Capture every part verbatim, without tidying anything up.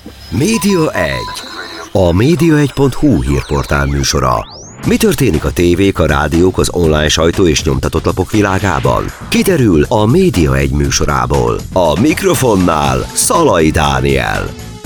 Média egy. A média egy pont hu hírportál műsora. Mi történik a tévék, a rádiók, az online sajtó és nyomtatott lapok világában? Kiderül a Média egy műsorából. A mikrofonnál Szalai Dániel.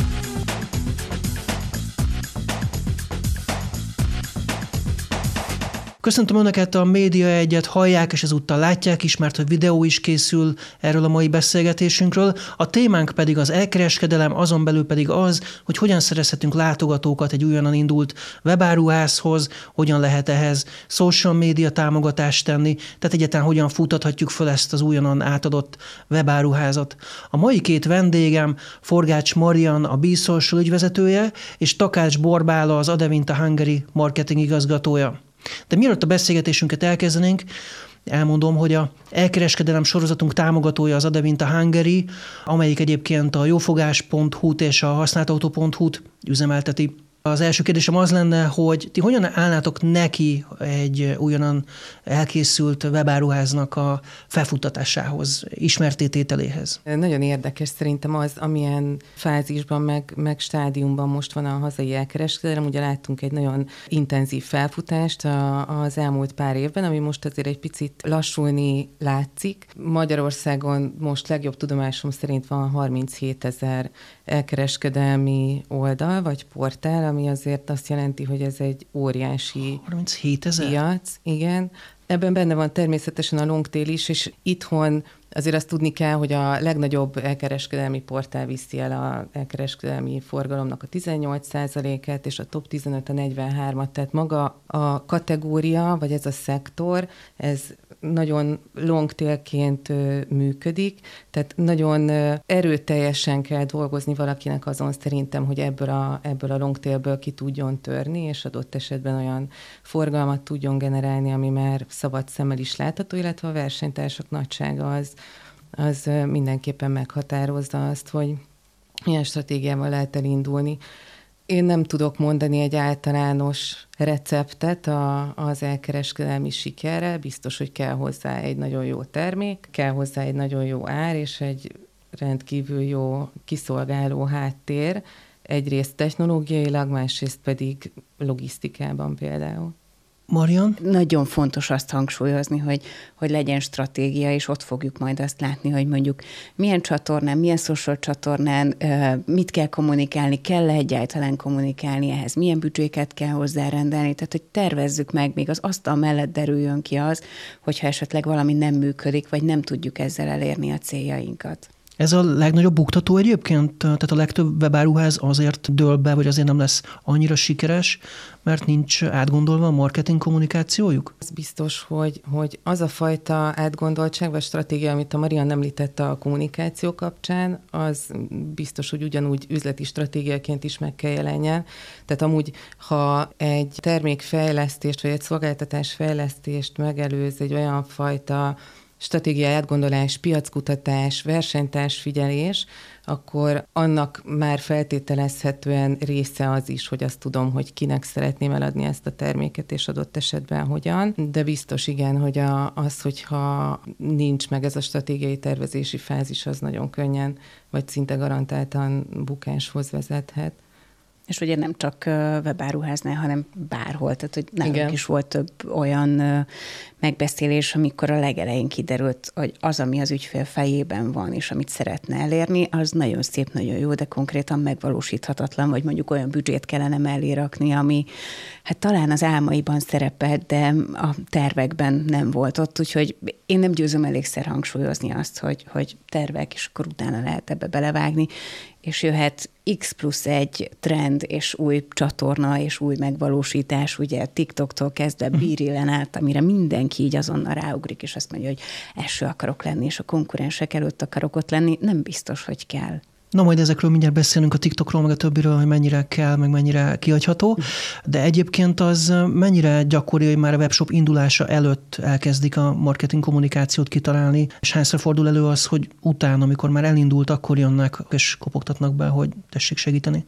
Köszöntöm Önöket, a Média egyet hallják, és ezúttal látják is, mert hogy videó is készül erről a mai beszélgetésünkről. A témánk pedig az elkereskedelem, azon belül pedig az, hogy hogyan szerezhetünk látogatókat egy újonnan indult webáruházhoz, hogyan lehet ehhez social media támogatást tenni, tehát egyáltalán hogyan futtathatjuk föl ezt az újonnan átadott webáruházat. A mai két vendégem Forgács Marian, a B-Social ügyvezetője, és Takács Borbála, az Adevinta Hungary marketing igazgatója. De mielőtt a beszélgetésünket elkezdenénk, elmondom, hogy a elkereskedelem sorozatunk támogatója az Adevinta Hungary, amelyik egyébként a jófogás pont hu-t és a használtautó pont hu-t üzemelteti. Az első kérdésem az lenne, hogy ti hogyan állnátok neki egy újonnan elkészült webáruháznak a felfuttatásához, ismerttétételéhez? Nagyon érdekes szerintem az, amilyen fázisban, meg, meg stádiumban most van a hazai elkereskedelem. Ugye láttunk egy nagyon intenzív felfutást az elmúlt pár évben, ami most azért egy picit lassulni látszik. Magyarországon most legjobb tudomásom szerint van harminchét-ezer elkereskedelmi oldal, vagy portál, ami azért azt jelenti, hogy ez egy óriási harminchét-ezer? piac. Igen. Ebben benne van természetesen a longtail is, és itthon azért azt tudni kell, hogy a legnagyobb elkereskedelmi portál viszi el az elkereskedelmi forgalomnak a tizennyolc százalékát, és a top tizenöt a negyvenhárom, tehát maga a kategória, vagy ez a szektor, ez nagyon longtailként működik, tehát nagyon erőteljesen kell dolgozni valakinek azon szerintem, hogy ebből a, ebből a longtailből ki tudjon törni, és adott esetben olyan forgalmat tudjon generálni, ami már szabad szemmel is látható, illetve a versenytársak nagysága az, az mindenképpen meghatározza azt, hogy milyen stratégiával lehet elindulni. Én nem tudok mondani egy általános receptet a, az elkereskedelmi sikerre, biztos, hogy kell hozzá egy nagyon jó termék, kell hozzá egy nagyon jó ár, és egy rendkívül jó kiszolgáló háttér, egyrészt technológiailag, másrészt pedig logisztikában például. Marian? Nagyon fontos azt hangsúlyozni, hogy, hogy legyen stratégia, és ott fogjuk majd azt látni, hogy mondjuk milyen csatornán, milyen social csatornán, mit kell kommunikálni, kell-e egyáltalán kommunikálni ehhez, milyen büdzséket kell hozzárendelni, tehát hogy tervezzük meg, még az asztal mellett derüljön ki az, hogyha esetleg valami nem működik, vagy nem tudjuk ezzel elérni a céljainkat. Ez a legnagyobb buktató egyébként? Tehát a legtöbb webáruház azért dől be, vagy azért nem lesz annyira sikeres, mert nincs átgondolva a marketing kommunikációjuk? Ez biztos, hogy, hogy az a fajta átgondoltság, vagy stratégia, amit a Marian említette a kommunikáció kapcsán, az biztos, hogy ugyanúgy üzleti stratégiaként is meg kell jelenjen. Tehát amúgy, ha egy termékfejlesztést, vagy egy szolgáltatásfejlesztést megelőz egy olyan fajta stratégiai átgondolás, piackutatás, versenytársfigyelés, akkor annak már feltételezhetően része az is, hogy azt tudom, hogy kinek szeretném eladni ezt a terméket, és adott esetben hogyan. De biztos igen, hogy a, az, hogyha nincs meg ez a stratégiai tervezési fázis, az nagyon könnyen, vagy szinte garantáltan bukáshoz vezethet. És ugye nem csak webáruháznál, hanem bárhol. Tehát, hogy nálunk Igen. is volt több olyan megbeszélés, amikor a legelején kiderült, hogy az, ami az ügyfél fejében van, és amit szeretne elérni, az nagyon szép, nagyon jó, de konkrétan megvalósíthatatlan, vagy mondjuk olyan büdzsét kellene mellé rakni, ami hát talán az álmaiban szerepelt, de a tervekben nem volt ott. Úgyhogy én nem győzöm elégszer hangsúlyozni azt, hogy, hogy tervek, és akkor utána lehet ebbe belevágni, és jöhet X plusz egy trend, és új csatorna, és új megvalósítás, ugye TikToktól kezdve Bírillen át, amire mindenki így azonnal ráugrik, és azt mondja, hogy első akarok lenni, és a konkurensek előtt akarok ott lenni, nem biztos, hogy kell. Na, majd ezekről mindjárt beszélünk, a TikTokról, meg a többiről, hogy mennyire kell, meg mennyire kihagyható, de egyébként az mennyire gyakori, hogy már a webshop indulása előtt elkezdik a marketing kommunikációt kitalálni, és hányszor fordul elő az, hogy utána, amikor már elindult, akkor jönnek és kopogtatnak be, hogy tessék segíteni?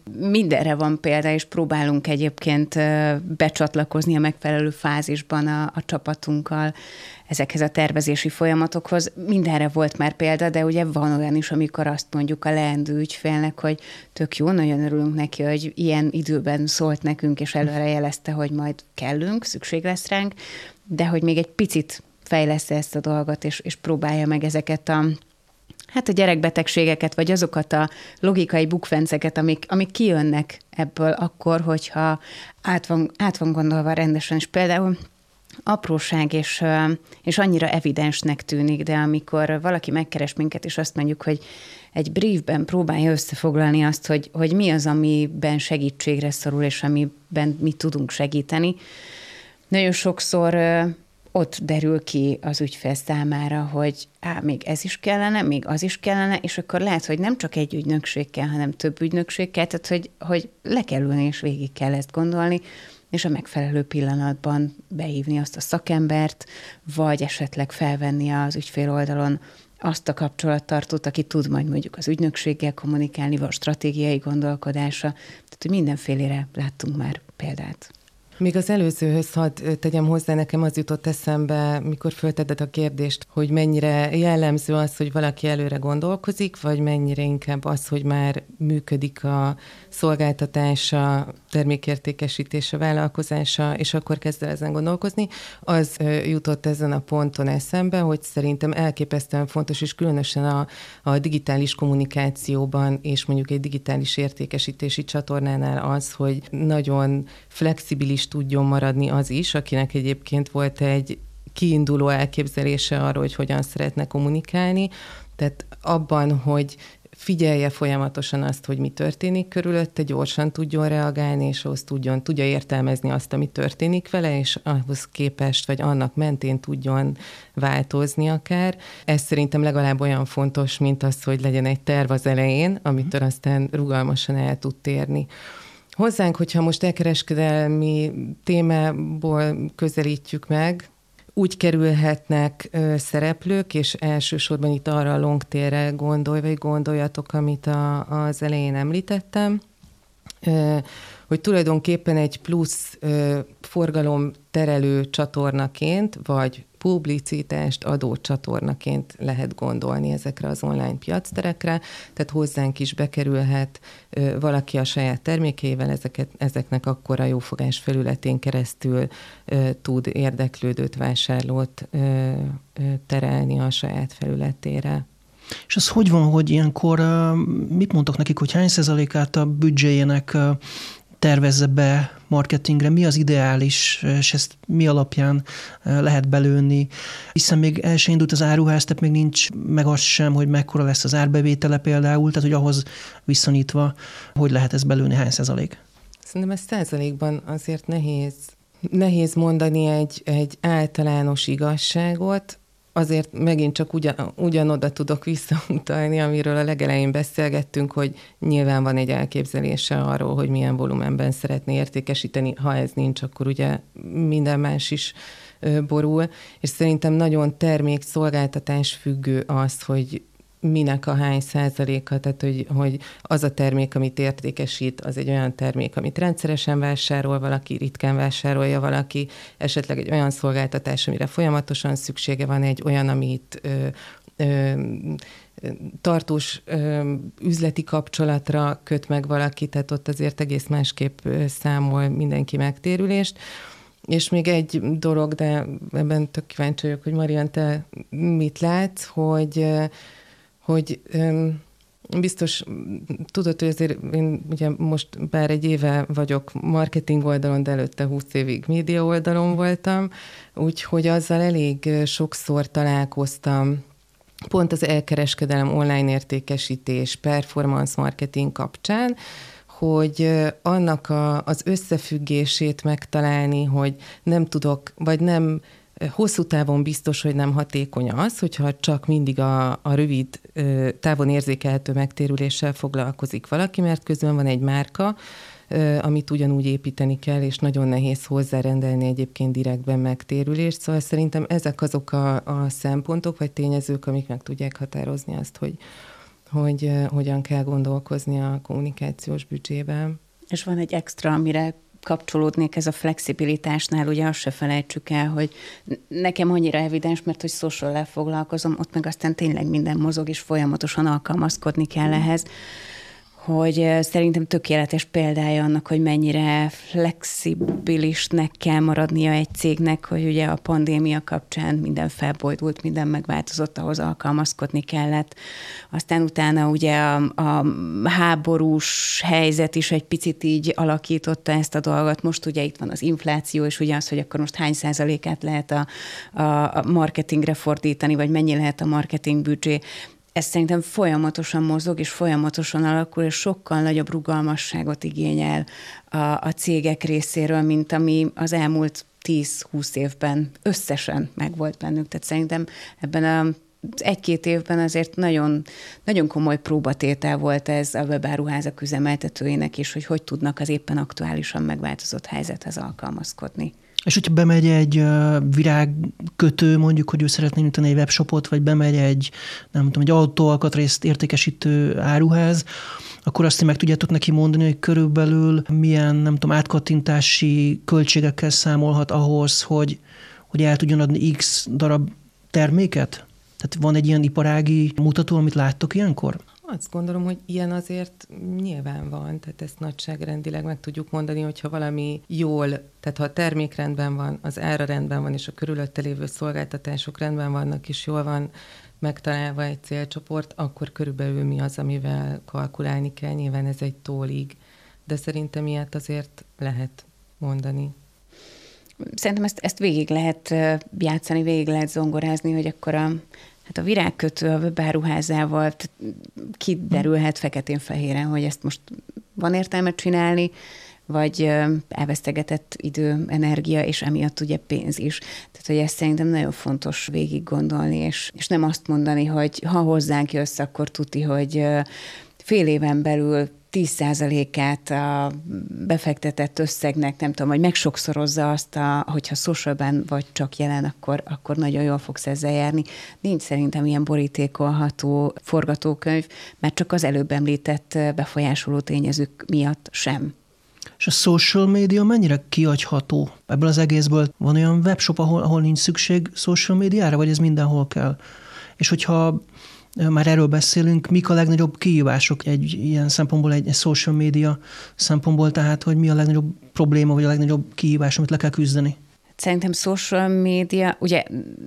Mindenre van példa, és próbálunk egyébként becsatlakozni a megfelelő fázisban a, a csapatunkkal ezekhez a tervezési folyamatokhoz. Mindenre volt már példa, de ugye van olyan is, amikor azt mondjuk a leendő ügyfélnek, hogy tök jó, nagyon örülünk neki, hogy ilyen időben szólt nekünk, és előre jelezte, hogy majd kellünk, szükség lesz ránk, de hogy még egy picit fejlessze ezt a dolgot, és, és próbálja meg ezeket a hát a gyerekbetegségeket, vagy azokat a logikai bukfenceket, amik, amik kijönnek ebből akkor, hogyha át van, át van gondolva rendesen, és például apróság, és, és annyira evidensnek tűnik, de amikor valaki megkeres minket, és azt mondjuk, hogy egy briefben próbálja összefoglalni azt, hogy, hogy mi az, amiben segítségre szorul, és amiben mi tudunk segíteni, nagyon sokszor ott derül ki az ügyfél számára, hogy á, még ez is kellene, még az is kellene, és akkor lehet, hogy nem csak egy ügynökség kell, hanem több ügynökség kell, tehát hogy, hogy le kell ülni, és végig kell ezt gondolni, és a megfelelő pillanatban behívni azt a szakembert, vagy esetleg felvenni az ügyfél oldalon azt a kapcsolattartót, aki tud majd mondjuk az ügynökséggel kommunikálni, vagy a stratégiai gondolkodása. Tehát, hogy mindenfélére láttunk már példát. Még az előzőhöz hadd tegyem hozzá, nekem az jutott eszembe, mikor föltetted a kérdést, hogy mennyire jellemző az, hogy valaki előre gondolkozik, vagy mennyire inkább az, hogy már működik a szolgáltatása, termékértékesítése, vállalkozása, és akkor kezd el ezen gondolkozni. Az jutott ezen a ponton eszembe, hogy szerintem elképesztően fontos, és különösen a, a digitális kommunikációban, és mondjuk egy digitális értékesítési csatornánál az, hogy nagyon flexibilis tudjon maradni az is, akinek egyébként volt egy kiinduló elképzelése arról, hogy hogyan szeretne kommunikálni. Tehát abban, hogy figyelje folyamatosan azt, hogy mi történik körülötte, gyorsan tudjon reagálni, és ahhoz tudjon, tudja értelmezni azt, ami történik vele, és ahhoz képest, vagy annak mentén tudjon változni akár. Ez szerintem legalább olyan fontos, mint az, hogy legyen egy terv az elején, amitől aztán rugalmasan el tud térni. Hozzánk, hogyha most elkereskedelmi témából közelítjük meg, úgy kerülhetnek ö, szereplők, és elsősorban itt arra a longtailre gondolj, vagy gondoljatok, amit a, az elején említettem, ö, hogy tulajdonképpen egy plusz ö, forgalomterelő csatornaként, vagy publicitást adó csatornaként lehet gondolni ezekre az online piacterekre, tehát hozzánk is bekerülhet ö, valaki a saját termékeivel, ezeket, ezeknek akkor a jófogás felületén keresztül ö, tud érdeklődőt, vásárlót ö, ö, terelni a saját felületére. És az hogy van, hogy ilyenkor mit mondtak nekik, hogy hány százalékát a büdzséjének tervezze be marketingre, mi az ideális, és ezt mi alapján lehet belőni, hiszen még el sem indult az áruház, tehát még nincs meg az sem, hogy mekkora lesz az árbevétele például, tehát hogy ahhoz viszonyítva, hogy lehet ezt belőni, hány százalék? Szerintem ez százalékban azért nehéz, nehéz mondani egy, egy általános igazságot, azért megint csak ugyan, ugyanoda tudok visszautalni, amiről a legelején beszélgettünk, hogy nyilván van egy elképzelése arról, hogy milyen volumenben szeretné értékesíteni. Ha ez nincs, akkor ugye minden más is borul. És szerintem nagyon termék-szolgáltatás függő az, hogy minek a hány százaléka, tehát hogy, hogy az a termék, amit értékesít, az egy olyan termék, amit rendszeresen vásárol valaki, ritkán vásárolja valaki, esetleg egy olyan szolgáltatás, amire folyamatosan szüksége van, egy olyan, amit ö, ö, tartós ö, üzleti kapcsolatra köt meg valaki, tehát ott azért egész másképp számol mindenki megtérülést. És még egy dolog, de ebben tök kíváncsi vagyok, hogy Marian, te mit látsz, hogy hogy um, biztos tudod, hogy azért én ugye most bár egy éve vagyok marketing oldalon, de előtte húsz évig média oldalon voltam, úgyhogy azzal elég sokszor találkoztam pont az elkereskedelem, online értékesítés, performance marketing kapcsán, hogy annak a, az összefüggését megtalálni, hogy nem tudok, vagy nem hosszú távon biztos, hogy nem hatékony az, hogyha csak mindig a, a rövid távon érzékelhető megtérüléssel foglalkozik valaki, mert közben van egy márka, amit ugyanúgy építeni kell, és nagyon nehéz hozzárendelni egyébként direktben megtérülést. Szóval szerintem ezek azok a, a szempontok, vagy tényezők, amik meg tudják határozni azt, hogy, hogy uh, hogyan kell gondolkozni a kommunikációs büdzsében. És van egy extra, amire kapcsolódnék, ez a flexibilitásnál, ugye azt se felejtsük el, hogy nekem annyira evidens, mert hogy social-lel foglalkozom, ott meg aztán tényleg minden mozog, és folyamatosan alkalmazkodni kell ehhez, hogy szerintem tökéletes példája annak, hogy mennyire flexibilisnek kell maradnia egy cégnek, hogy ugye a pandémia kapcsán minden felbojdult, minden megváltozott, ahhoz alkalmazkodni kellett. Aztán utána ugye a, a háborús helyzet is egy picit így alakította ezt a dolgot. Most ugye itt van az infláció, és ugye az, hogy akkor most hány százalékát lehet a, a, a marketingre fordítani, vagy mennyi lehet a marketing büdzsé. Ez szerintem folyamatosan mozog, és folyamatosan alakul, és sokkal nagyobb rugalmasságot igényel a, a cégek részéről, mint ami az elmúlt tíz-húsz évben összesen megvolt bennük. Tehát szerintem ebben a egy-két évben azért nagyon, nagyon komoly próbatétel volt ez a webáruházak üzemeltetőinek is, hogy hogy tudnak az éppen aktuálisan megváltozott helyzethez alkalmazkodni. És hogyha bemegy egy virágkötő, mondjuk, hogy ő szeretné nyitani egy webshopot, vagy bemegy egy, nem tudom, egy autóalkatrészt értékesítő áruház, akkor azt meg tudjátok neki mondani, hogy körülbelül milyen, nem tudom, átkattintási költségekkel számolhat ahhoz, hogy, hogy el tudjon adni X darab terméket? Tehát van egy ilyen iparági mutató, amit láttok ilyenkor? Azt gondolom, hogy ilyen azért nyilván van, tehát ezt nagyságrendileg meg tudjuk mondani, hogyha valami jól, tehát ha a termék rendben van, az ára rendben van, és a körülötte lévő szolgáltatások rendben vannak, és jól van megtalálva egy célcsoport, akkor körülbelül mi az, amivel kalkulálni kell. Nyilván ez egy tólig, de szerintem ilyet azért lehet mondani. Szerintem ezt, ezt végig lehet játszani, végig lehet zongorázni, hogy akkor a Hát a virágkötő a webáruházával kiderülhet feketén-fehéren, hogy ezt most van értelme csinálni, vagy elvesztegetett idő, energia, és emiatt ugye pénz is. Tehát, hogy ezt szerintem nagyon fontos végig gondolni, és, és nem azt mondani, hogy ha hozzánk jössz, akkor tuti, hogy fél éven belül tíz százalékát a befektetett összegnek, nem tudom, hogy megsokszorozza azt, a, hogyha socialben vagy csak jelen, akkor, akkor nagyon jól fogsz ezzel járni. Nincs szerintem ilyen borítékolható forgatókönyv, mert csak az előbb említett befolyásoló tényezők miatt sem. És a social media mennyire kiagyható? Ebből az egészből van olyan webshop, ahol, ahol nincs szükség social médiára, vagy ez mindenhol kell? És hogyha már erről beszélünk, mik a legnagyobb kihívások egy ilyen szempontból, egy, egy social media szempontból, tehát hogy mi a legnagyobb probléma, vagy a legnagyobb kihívás, amit le kell küzdeni? Szerintem social media, ugye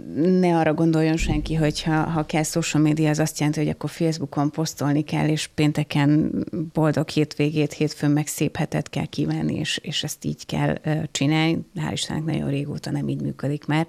ne arra gondoljon senki, hogy ha, ha kell social media, az azt jelenti, hogy akkor Facebookon posztolni kell, és pénteken boldog hétvégét, hétfőn meg szép hetet kell kívánni, és, és ezt így kell csinálni. Hál' Istennek nagyon régóta nem így működik már.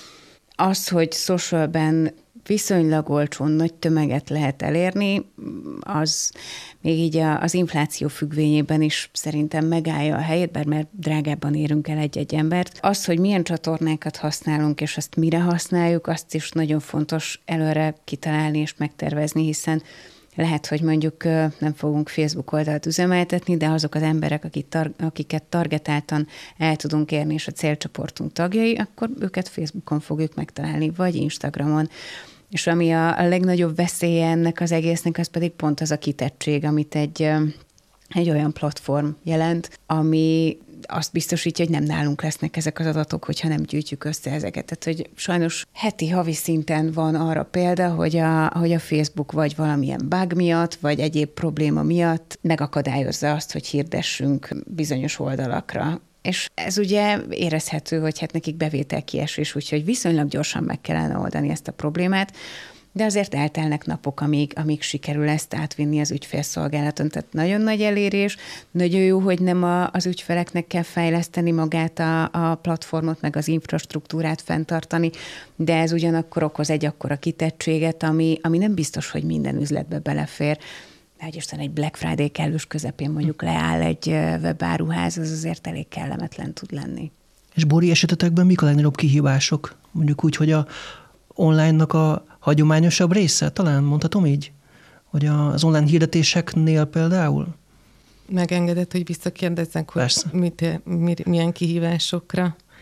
Az, hogy socialben viszonylag olcsón nagy tömeget lehet elérni, az még így az infláció függvényében is szerintem megállja a helyét, bár mert drágábban érünk el egy-egy embert. Az, hogy milyen csatornákat használunk, és azt mire használjuk, azt is nagyon fontos előre kitalálni és megtervezni, hiszen lehet, hogy mondjuk nem fogunk Facebook oldalt üzemeltetni, de azok az emberek, akik tar- akiket targetáltan el tudunk érni, és a célcsoportunk tagjai, akkor őket Facebookon fogjuk megtalálni, vagy Instagramon. És ami a, a legnagyobb veszélye ennek az egésznek, az pedig pont az a kitettség, amit egy, egy olyan platform jelent, ami azt biztosítja, hogy nem nálunk lesznek ezek az adatok, hogyha nem gyűjtjük össze ezeket. Tehát, hogy sajnos heti, havi szinten van arra példa, hogy a, hogy a Facebook vagy valamilyen bug miatt, vagy egyéb probléma miatt megakadályozza azt, hogy hirdessünk bizonyos oldalakra. És ez ugye érezhető, hogy hát nekik bevételkiesés, úgyhogy viszonylag gyorsan meg kellene oldani ezt a problémát, de azért eltelnek napok, amíg, amíg sikerül ezt átvinni az ügyfélszolgálaton. Tehát nagyon nagy elérés, nagyon jó, hogy nem a, az ügyfeleknek kell fejleszteni magát a, a platformot, meg az infrastruktúrát fenntartani, de ez ugyanakkor okoz egy akkora kitettséget, ami, ami nem biztos, hogy minden üzletbe belefér. Hogy Isten egy Black Friday kellős közepén mondjuk leáll egy webáruház, az azért elég kellemetlen tud lenni. És Bori, esetetekben mik a legnagyobb kihívások? Mondjuk úgy, hogy a online-nak a hagyományosabb része, talán mondhatom így? Hogy az online hirdetéseknél például? Megengedett, hogy visszakérdezzek, hogy mit, mit, milyen kihívásokra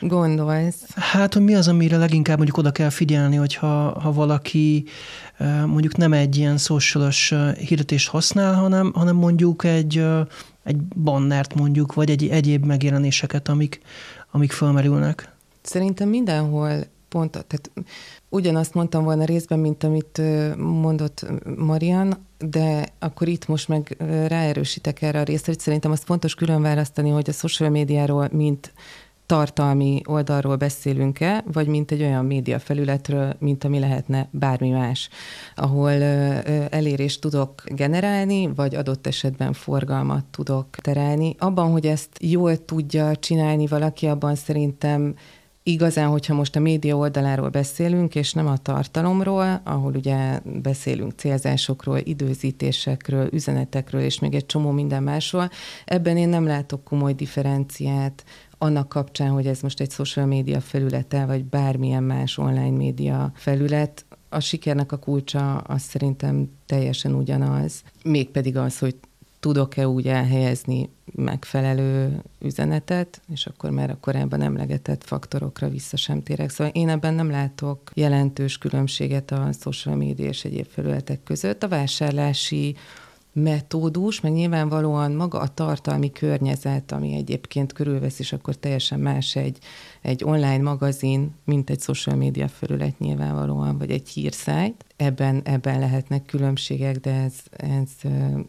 gondolsz? Hát, hogy mi az, amire leginkább mondjuk oda kell figyelni, hogyha ha valaki mondjuk nem egy ilyen socialos hirdetést használ, hanem, hanem mondjuk egy, egy bannert mondjuk, vagy egy egyéb megjelenéseket, amik, amik felmerülnek. Szerintem mindenhol pont, tehát ugyanazt mondtam volna részben, mint amit mondott Marian, de akkor itt most meg ráerősítek erre a részre, hogy szerintem azt fontos külön választani, hogy a social médiáról mint tartalmi oldalról beszélünk-e, vagy mint egy olyan média felületről, mint ami lehetne bármi más, ahol elérést tudok generálni, vagy adott esetben forgalmat tudok terelni. Abban, hogy ezt jól tudja csinálni valaki, abban szerintem igazán, hogyha most a média oldaláról beszélünk, és nem a tartalomról, ahol ugye beszélünk célzásokról, időzítésekről, üzenetekről, és még egy csomó minden másról, ebben én nem látok komoly differenciát annak kapcsán, hogy ez most egy social média felülete, vagy bármilyen más online média felület. A sikernek a kulcsa az szerintem teljesen ugyanaz. Mégpedig az, hogy tudok-e úgy elhelyezni megfelelő üzenetet, és akkor már a korábban emlegetett faktorokra vissza sem térek. Szóval én ebben nem látok jelentős különbséget a social media és egyéb felületek között. A vásárlási metódus, meg nyilvánvalóan maga a tartalmi környezet, ami egyébként körülvesz, és akkor teljesen más egy, egy online magazin, mint egy social media felület nyilvánvalóan, vagy egy hírszájt. Ebben, ebben lehetnek különbségek, de ez, ez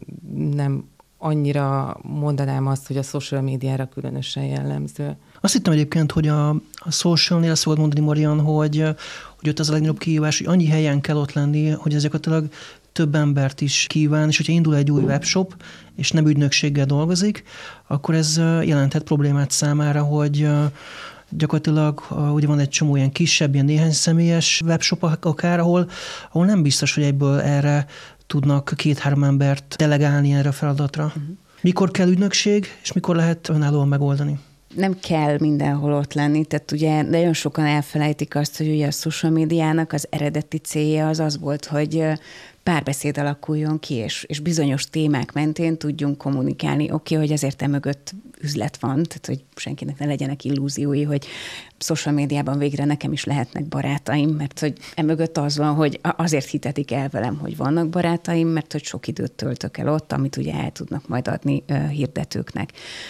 nem annyira mondanám azt, hogy a social médiára különösen jellemző. Azt hittem egyébként, hogy a, a social-nél azt fogod mondani, Marian, hogy, hogy ott az a legnagyobb kihívás, hogy annyi helyen kell ott lenni, hogy ezeket a több embert is kíván, és hogyha indul egy új webshop, és nem ügynökséggel dolgozik, akkor ez jelenthet problémát számára, hogy gyakorlatilag ugye van egy csomó ilyen kisebb, ilyen néhány személyes webshop akár, ahol, ahol nem biztos, hogy egyből erre tudnak két-három embert delegálni erre a feladatra. Uh-huh. Mikor kell ügynökség, és mikor lehet önállóan megoldani? Nem kell mindenhol ott lenni, tehát ugye nagyon sokan elfelejtik azt, hogy ugye a social médiának az eredeti célja az az volt, hogy párbeszéd alakuljon ki, és, és bizonyos témák mentén tudjunk kommunikálni. Oké, okay, hogy ezért emögött üzlet van, tehát hogy senkinek ne legyenek illúziói, hogy social médiában végre nekem is lehetnek barátaim, mert hogy emögött az van, hogy azért hitetik el velem, hogy vannak barátaim, mert hogy sok időt töltök el ott, amit ugye el tudnak majd adni uh, hirdetőknek.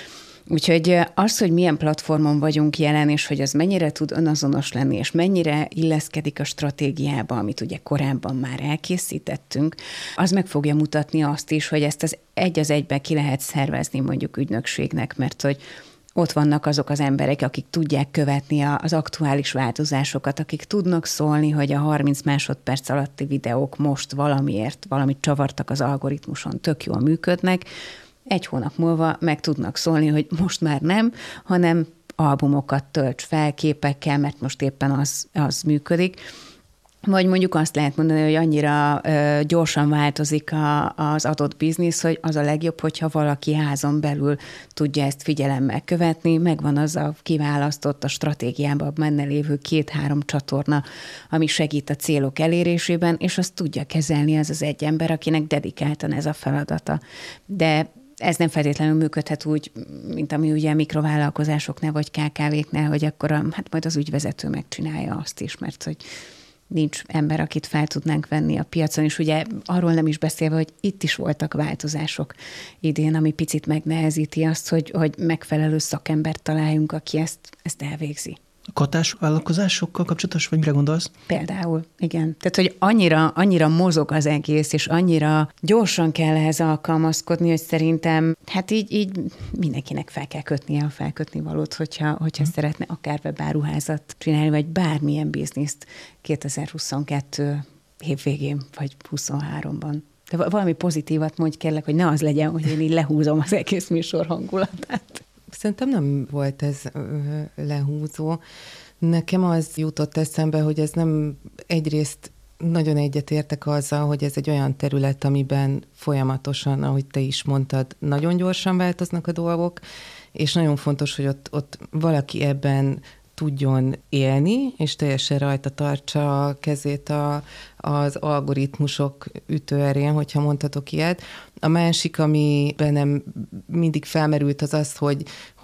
Úgyhogy az, hogy milyen platformon vagyunk jelen, és hogy az mennyire tud önazonos lenni, és mennyire illeszkedik a stratégiába, amit ugye korábban már elkészítettünk, az meg fogja mutatni azt is, hogy ezt az egy az egyben ki lehet szervezni mondjuk ügynökségnek, mert hogy ott vannak azok az emberek, akik tudják követni az aktuális változásokat, akik tudnak szólni, hogy a harminc másodperc alatti videók most valamiért, valamit csavartak az algoritmuson, tök jól működnek, egy hónap múlva meg tudnak szólni, hogy most már nem, hanem albumokat tölts fel képekkel, mert most éppen az, az működik. Vagy mondjuk azt lehet mondani, hogy annyira ö, gyorsan változik a, az adott biznisz, hogy az a legjobb, hogyha valaki házon belül tudja ezt figyelemmel követni, megvan az a kiválasztott a stratégiában benne lévő két-három csatorna, ami segít a célok elérésében, és azt tudja kezelni az az egy ember, akinek dedikáltan ez a feladata. De ez nem feltétlenül működhet úgy, mint ami ugye mikrovállalkozásoknál vagy ká ká véknél, hogy akkor a, hát majd az ügyvezető megcsinálja azt is, mert hogy nincs ember, akit fel tudnánk venni a piacon, és ugye arról nem is beszélve, hogy itt is voltak változások idén, ami picit megnehezíti azt, hogy, hogy megfelelő szakembert találjunk, aki ezt, ezt elvégzi. Katás vállalkozásokkal kapcsolatos, vagy mire gondolsz? Például, igen. Tehát, hogy annyira, annyira mozog az egész, és annyira gyorsan kell ehhez alkalmazkodni, hogy szerintem, hát így, így mindenkinek fel kell kötnie a felkötni valót, hogyha, hogyha hmm. szeretne akár webáruházat csinálni, vagy bármilyen bizniszt kétezer-huszonkettő év végén, vagy huszonháromban. De valami pozitívat mondj kérlek, hogy ne az legyen, hogy én így lehúzom az egész műsor hangulatát. Szerintem nem volt ez lehúzó. Nekem az jutott eszembe, hogy ez nem egyrészt nagyon egyetértek azzal, hogy ez egy olyan terület, amiben folyamatosan, ahogy te is mondtad, nagyon gyorsan változnak a dolgok, és nagyon fontos, hogy ott, ott valaki ebben tudjon élni, és teljesen rajta tartsa a kezét a, az algoritmusok ütőerén, hogyha mondhatok ilyet. A másik, ami bennem mindig felmerült, az az, hogy,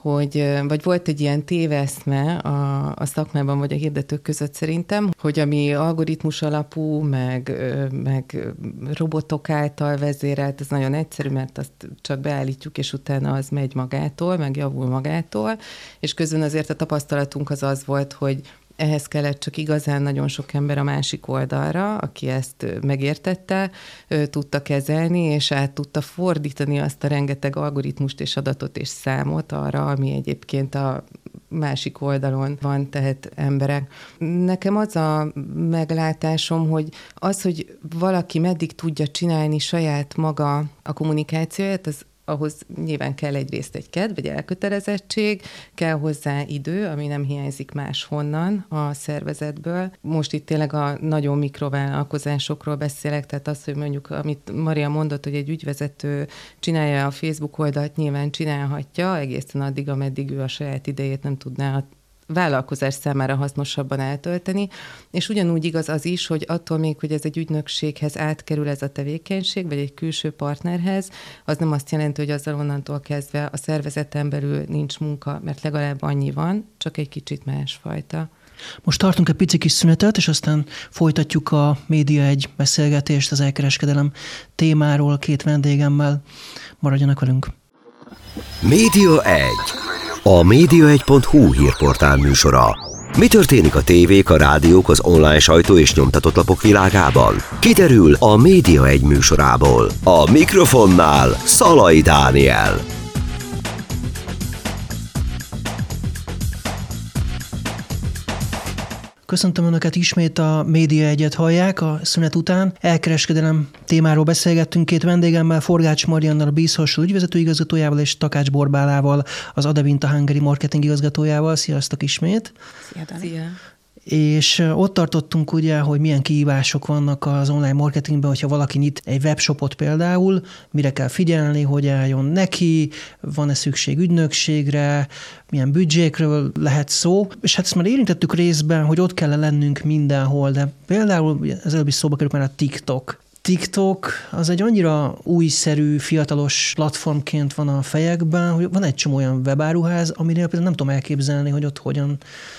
hogy, vagy volt egy ilyen téveszme a, a szakmában, vagy a hirdetők között szerintem, hogy ami algoritmus alapú, meg, meg robotok által vezérelt, ez nagyon egyszerű, mert azt csak beállítjuk, és utána az megy magától, meg javul magától, és közben azért a tapasztalatunk az az volt, hogy ehhez kellett csak igazán nagyon sok ember a másik oldalra, aki ezt megértette, tudta kezelni, és át tudta fordítani azt a rengeteg algoritmust és adatot és számot arra, ami egyébként a másik oldalon van, tehát emberek. Nekem az a meglátásom, hogy az, hogy valaki meddig tudja csinálni saját maga a kommunikációját, az ahhoz nyilván kell egyrészt egy kedv, vagy elkötelezettség, kell hozzá idő, ami nem hiányzik máshonnan a szervezetből. Most itt tényleg a nagyon mikrovállalkozásokról beszélek, tehát az, hogy mondjuk, amit Maria mondott, hogy egy ügyvezető csinálja a Facebook oldalt, nyilván csinálhatja, egészen addig, ameddig ő a saját idejét nem tudná a vállalkozás számára hasznosabban eltölteni, és ugyanúgy igaz az is, hogy attól még, hogy ez egy ügynökséghez átkerül ez a tevékenység, vagy egy külső partnerhez, az nem azt jelenti, hogy azzal onnantól kezdve a szervezeten belül nincs munka, mert legalább annyi van, csak egy kicsit másfajta. Most tartunk egy pici kis szünetet, és aztán folytatjuk a Média egy beszélgetést az elkereskedelem témáról két vendégemmel. Maradjanak velünk! Média egy. A média egy pont hú hírportál műsora. Mi történik a tévék, a rádiók, az online sajtó és nyomtatott lapok világában? Kiderül a Média egy műsorából. A mikrofonnál Szalai Dániel. Köszöntöm Önöket ismét, a Média egyet hallják a szünet után. Elkereskedelem témáról beszélgettünk két vendégemmel, Forgács Mariannal, a BizHostel ügyvezető igazgatójával, és Takács Borbálával, az Adevinta Hungary marketing igazgatójával. Sziasztok ismét! Szia, Dani. Szia. És ott tartottunk ugye, hogy milyen kihívások vannak az online marketingben, hogyha valaki nyit egy webshopot például, mire kell figyelni, hogy álljon neki, van-e szükség ügynökségre, milyen büdzsékről lehet szó. És hát ezt már érintettük részben, hogy ott kell lennünk mindenhol, de például az előbb is szóba került már a TikTok. TikTok az egy annyira újszerű, fiatalos platformként van a fejekben, hogy van egy csomó olyan webáruház, aminél például nem tudom elképzelni, hogy ott hogyan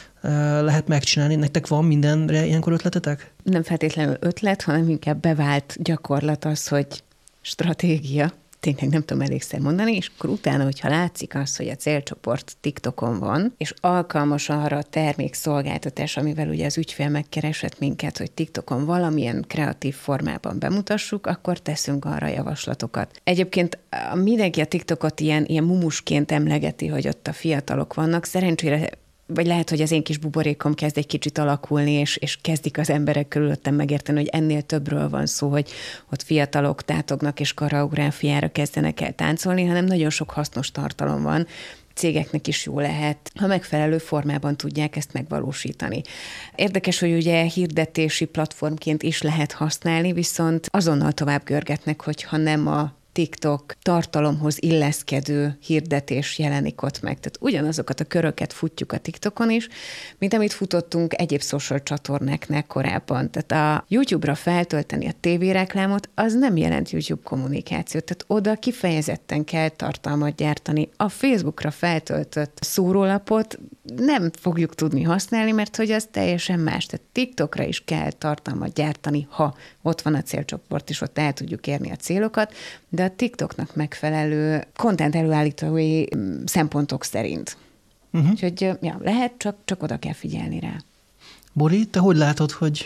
lehet megcsinálni. Nektek van mindenre ilyenkor ötletetek? Nem feltétlenül ötlet, hanem inkább bevált gyakorlat az, hogy stratégia, tényleg nem tudom elégszer mondani, és akkor utána, hogyha látszik az, hogy a célcsoport TikTokon van, és alkalmas arra a termékszolgáltatás, amivel ugye az ügyfél megkeresett minket, hogy TikTokon valamilyen kreatív formában bemutassuk, akkor teszünk arra javaslatokat. Egyébként mindenki a TikTokot ilyen, ilyen mumusként emlegeti, hogy ott a fiatalok vannak, szerencsére vagy lehet, hogy az én kis buborékom kezd egy kicsit alakulni, és, és kezdik az emberek körülöttem megérteni, hogy ennél többről van szó, hogy ott fiatalok tátognak és koreográfiára kezdenek el táncolni, hanem nagyon sok hasznos tartalom van. Cégeknek is jó lehet, ha megfelelő formában tudják ezt megvalósítani. Érdekes, hogy ugye hirdetési platformként is lehet használni, viszont azonnal tovább görgetnek, hogyha nem a TikTok tartalomhoz illeszkedő hirdetés jelenik ott meg. Tehát ugyanazokat a köröket futjuk a TikTokon is, mint amit futottunk egyéb social csatornáknál korábban. Tehát a YouTube-ra feltölteni a tévéreklámot, az nem jelent YouTube kommunikációt. Tehát oda kifejezetten kell tartalmat gyártani. A Facebookra feltöltött szórólapot nem fogjuk tudni használni, mert hogy az teljesen más. Tehát TikTokra is kell tartalmat gyártani, ha ott van a célcsoport, és ott el tudjuk érni a célokat, de a TikToknak megfelelő content előállítói szempontok szerint. Uh-huh. Úgyhogy ja, lehet, csak, csak oda kell figyelni rá. Bori, te hogy látod, hogy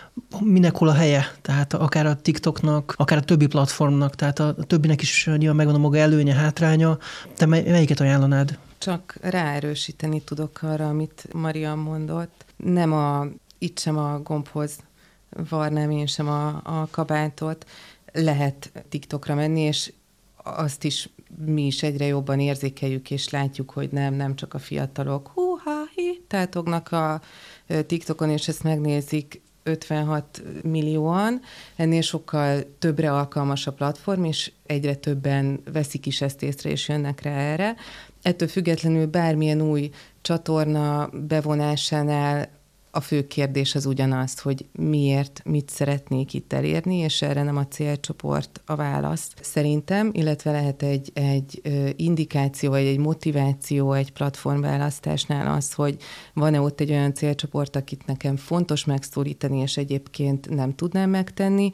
minek hol a helye? Tehát akár a TikToknak, akár a többi platformnak, tehát a többinek is nyilván megvan a maga előnye, hátránya. Te melyiket ajánlanád? Csak ráerősíteni tudok arra, amit Maria mondott. Nem a, itt sem a gombhoz varnám én sem a, a kabátot. Lehet TikTokra menni, és azt is mi is egyre jobban érzékeljük, és látjuk, hogy nem, nem csak a fiatalok hú-há-hi tátognak a TikTokon, és ezt megnézik ötvenhat millióan, ennél sokkal többre alkalmas a platform, és egyre többen veszik is ezt észre, és jönnek rá erre. Ettől függetlenül bármilyen új csatorna bevonásánál a fő kérdés az ugyanaz, hogy miért, mit szeretnék itt elérni, és erre nem a célcsoport a válasz szerintem, illetve lehet egy, egy indikáció, vagy egy motiváció egy platformválasztásnál az, hogy van-e ott egy olyan célcsoport, akit nekem fontos megszólítani, és egyébként nem tudnám megtenni,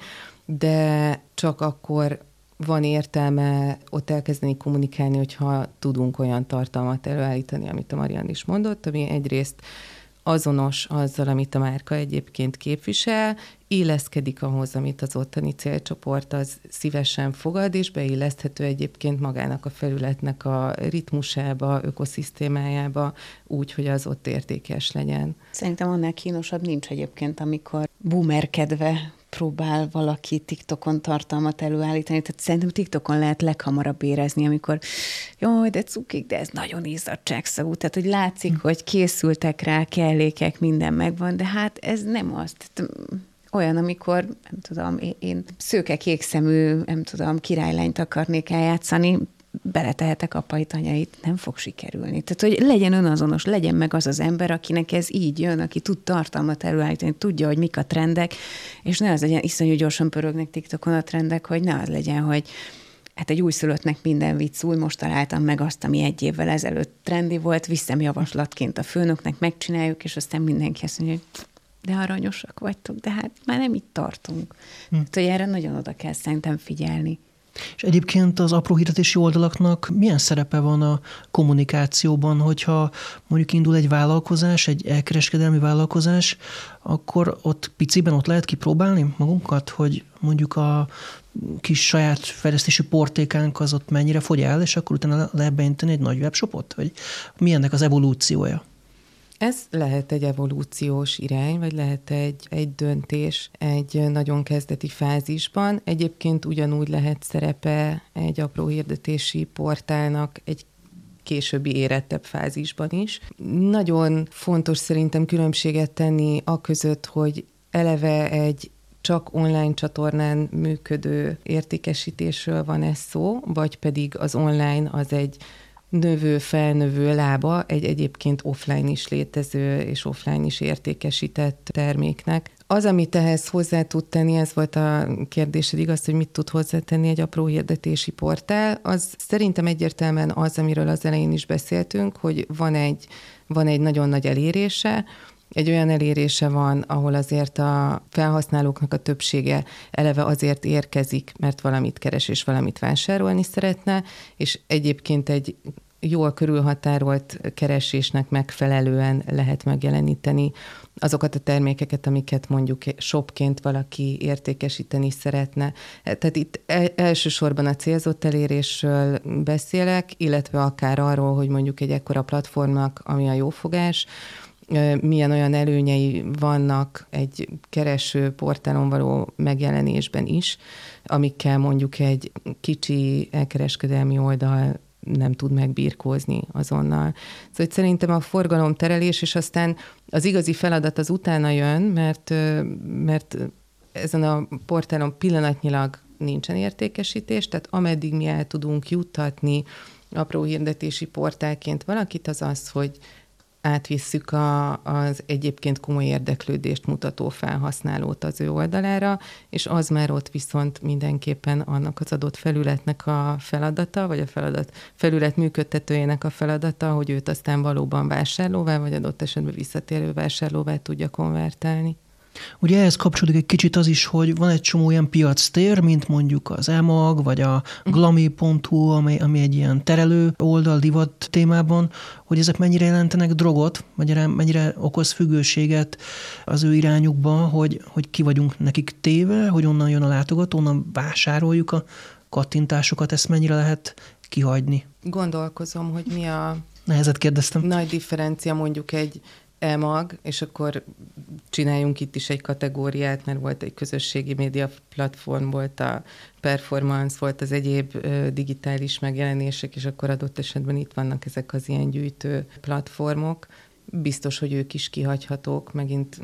de csak akkor van értelme ott elkezdeni kommunikálni, hogyha tudunk olyan tartalmat előállítani, amit a Marian is mondott, ami egyrészt azonos azzal, amit a márka egyébként képvisel, illeszkedik ahhoz, amit az ottani célcsoport az szívesen fogad, és beilleszthető egyébként magának a felületnek a ritmusába, ökoszisztémájába, úgy, hogy az ott értékes legyen. Szerintem annál kínosabb nincs egyébként, amikor boomerkedve próbál valaki TikTokon tartalmat előállítani. Tehát szerintem TikTokon lehet leghamarabb érezni, amikor jaj, de cukik, de ez nagyon izzadságszagú. Tehát, hogy látszik, hm. hogy készültek rá, kellékek, minden megvan, de hát ez nem az. Tehát, olyan, amikor, nem tudom, én szőke-kék szemű, nem tudom, királylányt akarnék eljátszani, beletehetek apait, anyait, nem fog sikerülni. Tehát, hogy legyen önazonos, legyen meg az az ember, akinek ez így jön, aki tud tartalmat előállítani, tudja, hogy mik a trendek, és ne az legyen, iszonyú gyorsan pörögnek TikTokon a trendek, hogy ne az legyen, hogy hát egy újszülöttnek minden vicc új, most találtam meg azt, ami egy évvel ezelőtt trendi volt, viszem javaslatként a főnöknek, megcsináljuk, és aztán mindenki azt mondja, hogy de aranyosak vagytok, de hát már nem itt tartunk. Hm. Tehát, hogy erre nagyon oda kell szerintem figyelni. És egyébként az apró hirdetési oldalaknak milyen szerepe van a kommunikációban, hogyha mondjuk indul egy vállalkozás, egy elkereskedelmi vállalkozás, akkor ott piciben ott lehet kipróbálni magunkat, hogy mondjuk a kis saját fejlesztési portékánk az ott mennyire fogy el, és akkor utána lehet beinteni egy nagy webshopot? Vagy mi ennek az evolúciója? Ez lehet egy evolúciós irány, vagy lehet egy, egy döntés egy nagyon kezdeti fázisban. Egyébként ugyanúgy lehet szerepe egy apró hirdetési portálnak egy későbbi érettebb fázisban is. Nagyon fontos szerintem különbséget tenni a között, hogy eleve egy csak online csatornán működő értékesítésről van ez szó, vagy pedig az online az egy növő, felnövő lába egy egyébként offline is létező és offline is értékesített terméknek. Az, amit ehhez hozzá tud tenni, ez volt a kérdésed, igaz, hogy mit tud hozzátenni egy apró hirdetési portál, az szerintem egyértelműen az, amiről az elején is beszéltünk, hogy van egy, van egy nagyon nagy elérése, egy olyan elérése van, ahol azért a felhasználóknak a többsége eleve azért érkezik, mert valamit keres és valamit vásárolni szeretne, és egyébként egy jól körülhatárolt keresésnek megfelelően lehet megjeleníteni azokat a termékeket, amiket mondjuk shopként valaki értékesíteni szeretne. Tehát itt elsősorban a célzott elérésről beszélek, illetve akár arról, hogy mondjuk egy ekkora platformnak, ami a jófogás, milyen olyan előnyei vannak egy kereső portálon való megjelenésben is, amikkel mondjuk egy kicsi elkereskedelmi oldal nem tud megbirkózni azonnal. Szóval szerintem a forgalomterelés, és aztán az igazi feladat az utána jön, mert, mert ezen a portálon pillanatnyilag nincsen értékesítés, tehát ameddig mi el tudunk juttatni apró hirdetési portálként valakit, az az, hogy átvisszük a, az egyébként komoly érdeklődést mutató felhasználót az ő oldalára, és az már ott viszont mindenképpen annak az adott felületnek a feladata, vagy a feladat, felület működtetőjének a feladata, hogy őt aztán valóban vásárlóvá, vagy adott esetben visszatérő vásárlóvá tudja konvertálni. Ugye ehhez kapcsolódik egy kicsit az is, hogy van egy csomó olyan piactér, mint mondjuk az e-mag, vagy a glami pont hu, ami, ami egy ilyen terelő oldal divat témában, hogy ezek mennyire jelentenek drogot, mennyire, mennyire okoz függőséget az ő irányukba, hogy, hogy ki vagyunk nekik téve, hogy onnan jön a látogató, onnan vásároljuk a kattintásokat, ezt mennyire lehet kihagyni? Gondolkozom, hogy mi a Nehezet kérdeztem. Nagy differencia mondjuk egy e-mag, és akkor csináljunk itt is egy kategóriát, mert volt egy közösségi média platform, volt a performance, volt az egyéb ö, digitális megjelenések, és akkor adott esetben itt vannak ezek az ilyen gyűjtő platformok. Biztos, hogy ők is kihagyhatók, megint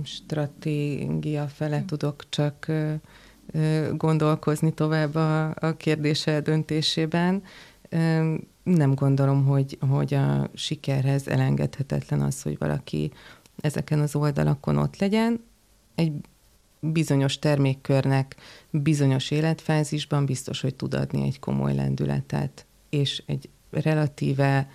stratégia fele tudok csak ö, ö, gondolkozni tovább a, a kérdése döntésében. Ö, Nem gondolom, hogy, hogy a sikerhez elengedhetetlen az, hogy valaki ezeken az oldalakon ott legyen, egy bizonyos termékkörnek bizonyos életfázisban biztos, hogy tud adni egy komoly lendületet, és egy relatíve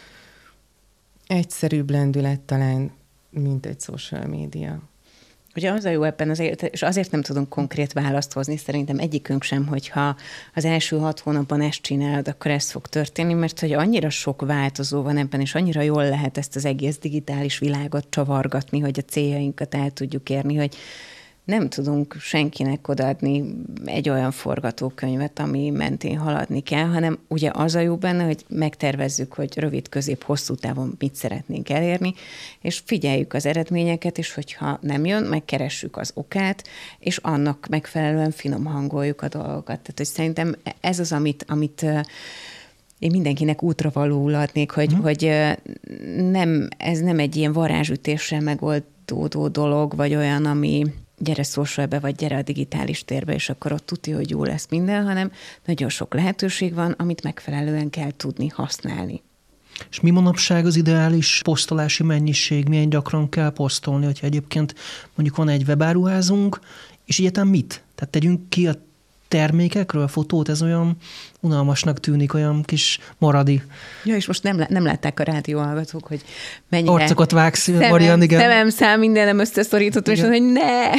egyszerűbb lendület talán, mint egy social média. Ugye az a jó ebben azért, és azért nem tudunk konkrét választ hozni, szerintem egyikünk sem, hogyha az első hat hónapban ezt csinálod, akkor ez fog történni, mert hogy annyira sok változó van ebben, és annyira jól lehet ezt az egész digitális világot csavargatni, hogy a céljainkat el tudjuk érni, hogy nem tudunk senkinek odaadni egy olyan forgatókönyvet, ami mentén haladni kell, hanem ugye az a jó benne, hogy megtervezzük, hogy rövid, közép, hosszú távon mit szeretnénk elérni, és figyeljük az eredményeket, és hogyha nem jön, megkeressük az okát, és annak megfelelően finom hangoljuk a dolgokat. Tehát, hogy szerintem ez az, amit, amit én mindenkinek útravalóul adnék, hogy, mm. hogy nem, ez nem egy ilyen varázsütéssel megoldódó dolog, vagy olyan, ami gyere socialbe, vagy gyere a digitális térbe, és akkor ott tudja, hogy jó lesz minden, hanem nagyon sok lehetőség van, amit megfelelően kell tudni használni. És mi manapság az ideális posztolási mennyiség? Milyen gyakran kell posztolni, hogyha egyébként mondjuk van egy webáruházunk, és egyáltalán mit? Tehát tegyünk ki a termékekről fotót, ez olyan unalmasnak tűnik, olyan kis maradi. Ja, és most nem, nem látták a rádióhallgatók, hogy mennyire... Arcokat vágsz, szemem, Marian, igen. Szemem szám, mindenem összeszorítottam, és mondom, hogy ne!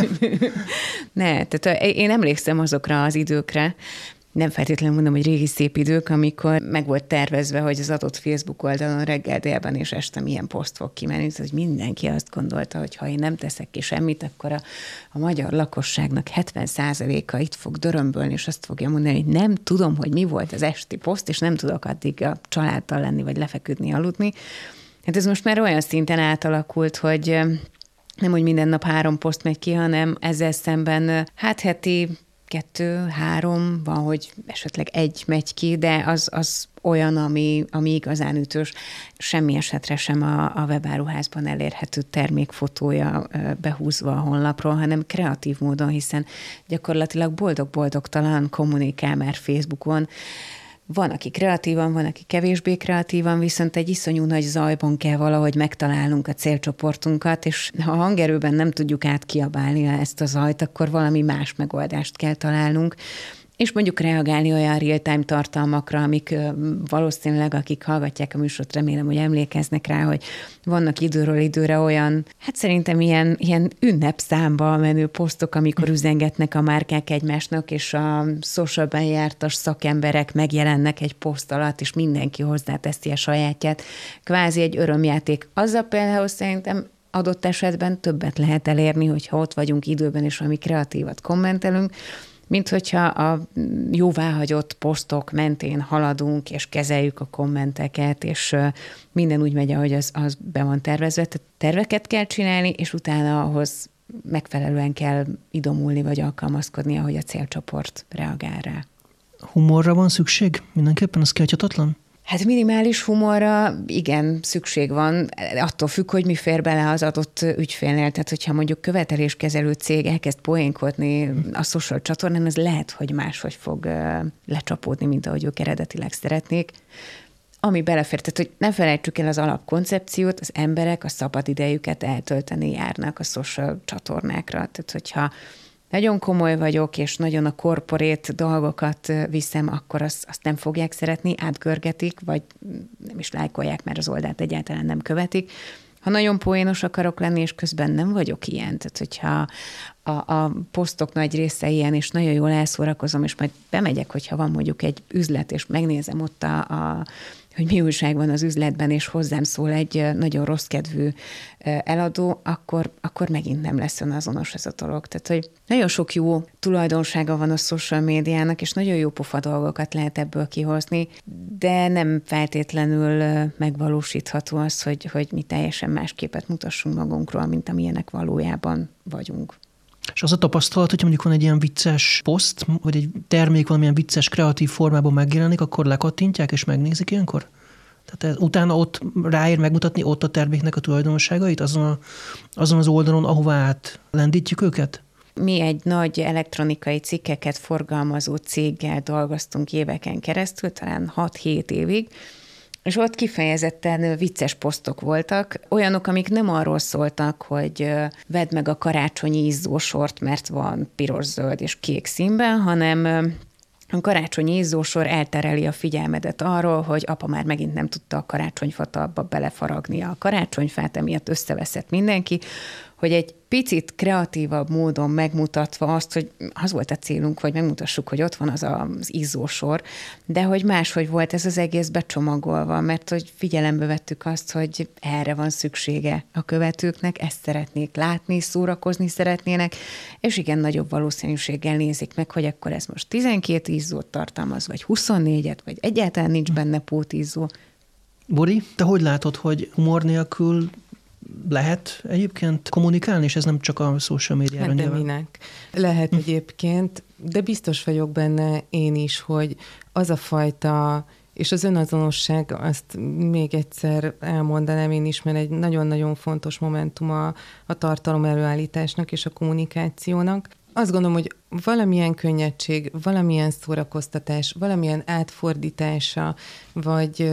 ne, tehát én emlékszem azokra az időkre, nem feltétlenül mondom, hogy régi szép idők, amikor meg volt tervezve, hogy az adott Facebook oldalon reggel, délben és este milyen poszt fog kimenni, hogy mindenki azt gondolta, hogy ha én nem teszek ki semmit, akkor a, a magyar lakosságnak hetven százaléka itt fog dörömbölni, és azt fogja mondani, hogy nem tudom, hogy mi volt az esti poszt, és nem tudok addig a családdal lenni, vagy lefeküdni, aludni. Hát ez most már olyan szinten átalakult, hogy nem, hogy minden nap három poszt megy ki, hanem ezzel szemben hát heti kettő, három, van, hogy esetleg egy megy ki, de az, az olyan, ami, ami igazán ütős. Semmi esetre sem a, a webáruházban elérhető termékfotója behúzva a honlapról, hanem kreatív módon, hiszen gyakorlatilag boldog-boldogtalan kommunikál már Facebookon. Van, aki kreatívan, van, aki kevésbé kreatívan, viszont egy iszonyú nagy zajban kell valahogy megtalálnunk a célcsoportunkat, és ha a hangerőben nem tudjuk átkiabálni ezt a zajt, akkor valami más megoldást kell találnunk, és mondjuk reagálni olyan real-time tartalmakra, amik valószínűleg, akik hallgatják a műsort, remélem, hogy emlékeznek rá, hogy vannak időről időre olyan, hát szerintem ilyen, ilyen ünnepszámba menő posztok, amikor üzengetnek a márkák egymásnak, és a socialban jártas szakemberek megjelennek egy poszt alatt, és mindenki hozzáteszi a sajátját. Kvázi egy örömjáték. Azzal például szerintem adott esetben többet lehet elérni, hogyha ott vagyunk időben, és valami kreatívat kommentelünk, mint hogyha a jóváhagyott posztok mentén haladunk, és kezeljük a kommenteket, és minden úgy megy, ahogy az, az be van tervezve. Tehát terveket kell csinálni, és utána ahhoz megfelelően kell idomulni, vagy alkalmazkodni, ahogy a célcsoport reagál rá. Humorra van szükség? Mindenképpen az kihagyhatatlan? Hát minimális humorra igen, szükség van, attól függ, hogy mi fér bele az adott ügyfélnél. Tehát, hogyha mondjuk követeléskezelő cég elkezd poénkodni a social csatornán, az lehet, hogy máshogy fog lecsapódni, mint ahogy ők eredetileg szeretnék. Ami belefér, tehát, hogy ne felejtsük el az alapkoncepciót, az emberek a szabad idejüket eltölteni járnak a social csatornákra. Tehát, hogyha nagyon komoly vagyok, és nagyon a korporét dolgokat viszem, akkor azt, azt nem fogják szeretni, átgörgetik, vagy nem is lájkolják, mert az oldalt egyáltalán nem követik. Ha nagyon poénos akarok lenni, és közben nem vagyok ilyen, tehát hogyha a, a posztok nagy része ilyen, és nagyon jól elszórakozom, és majd bemegyek, hogyha van mondjuk egy üzlet, és megnézem ott a, a hogy mi újság van az üzletben, és hozzám szól egy nagyon rossz kedvű eladó, akkor, akkor megint nem lesz önazonos ez a dolog. Tehát, hogy nagyon sok jó tulajdonsága van a social médiának, és nagyon jó pofa dolgokat lehet ebből kihozni, de nem feltétlenül megvalósítható az, hogy, hogy mi teljesen más képet mutassunk magunkról, mint amilyenek valójában vagyunk. És az a tapasztalat, hogyha mondjuk van egy ilyen vicces poszt, vagy egy termék valamilyen vicces, kreatív formában megjelenik, akkor lekattintják és megnézik ilyenkor? Tehát utána ott ráér megmutatni ott a terméknek a tulajdonságait, azon, a, azon az oldalon, ahová átlendítjük őket? Mi egy nagy elektronikai cikkeket forgalmazó céggel dolgoztunk éveken keresztül, talán hat-hét évig, És ott kifejezetten vicces posztok voltak, olyanok, amik nem arról szóltak, hogy vedd meg a karácsonyi izzósort, mert van piros, zöld és kék színben, hanem a karácsonyi izzósor eltereli a figyelmedet arról, hogy apa már megint nem tudta a karácsonyfatalba belefaragni a karácsonyfát, emiatt összeveszett mindenki, hogy egy picit kreatívabb módon megmutatva azt, hogy az volt a célunk, hogy megmutassuk, hogy ott van az az izzósor, de hogy máshogy volt ez az egész becsomagolva, mert hogy figyelembe vettük azt, hogy erre van szüksége a követőknek, ezt szeretnék látni, szórakozni szeretnének, és igen, nagyobb valószínűséggel nézik meg, hogy akkor ez most tizenkét izzót tartalmaz, vagy huszonnégyet, vagy egyáltalán nincs benne pótizzó. Bori, te hogy látod, hogy humor nélkül lehet egyébként kommunikálni, és ez nem csak a social médiára hát de nyilván? minek? Lehet egyébként, de biztos vagyok benne én is, hogy az a fajta, és az önazonosság, azt még egyszer elmondanám én is, mert egy nagyon-nagyon fontos momentum a, a tartalom előállításnak és a kommunikációnak. Azt gondolom, hogy valamilyen könnyedség, valamilyen szórakoztatás, valamilyen átfordítása, vagy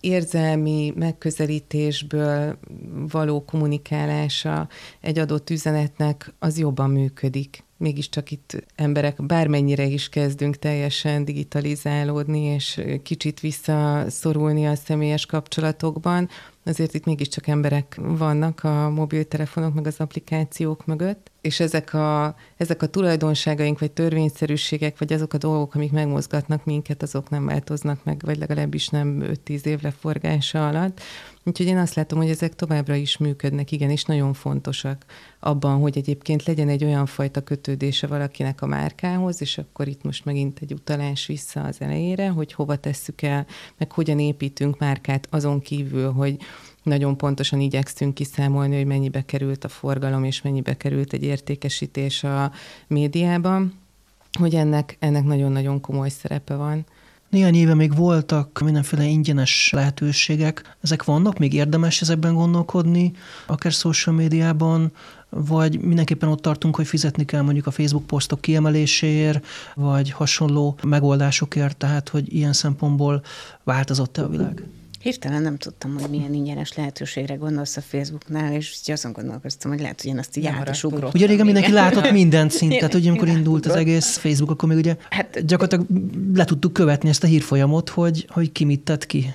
érzelmi megközelítésből való kommunikálása egy adott üzenetnek, az jobban működik. Mégiscsak itt emberek bármennyire is kezdünk teljesen digitalizálódni, és kicsit visszaszorulni a személyes kapcsolatokban, azért itt mégiscsak emberek vannak a mobiltelefonok meg az applikációk mögött, és ezek a, ezek a tulajdonságaink, vagy törvényszerűségek, vagy azok a dolgok, amik megmozgatnak minket, azok nem változnak meg, vagy legalábbis nem öt-tíz év leforgása alatt. Úgyhogy én azt látom, hogy ezek továbbra is működnek, igen, és nagyon fontosak abban, hogy egyébként legyen egy olyan fajta kötődése valakinek a márkához, és akkor itt most megint egy utalás vissza az elejére, hogy hova tesszük el, meg hogyan építünk márkát azon kívül, hogy nagyon pontosan igyekszünk kiszámolni, hogy mennyibe került a forgalom, és mennyibe került egy értékesítés a médiában, hogy ennek, ennek nagyon-nagyon komoly szerepe van. Néhány éve még voltak mindenféle ingyenes lehetőségek. Ezek vannak? Még érdemes ezekben gondolkodni, akár social médiában, vagy mindenképpen ott tartunk, hogy fizetni kell mondjuk a Facebook posztok kiemeléséért, vagy hasonló megoldásokért, tehát hogy ilyen szempontból változott-e a világ? Hirtelen nem tudtam, hogy milyen ingyenes lehetőségre gondolsz a Facebooknál, és azon gondolkoztam, hogy lehet, hogy én azt így át is ugrottam. Ugye régen mindenki látott mindent szint, tehát ugye amikor indult az egész Facebook, akkor még ugye hát, gyakorlatilag le tudtuk követni ezt a hírfolyamot, hogy, hogy ki mit tett ki.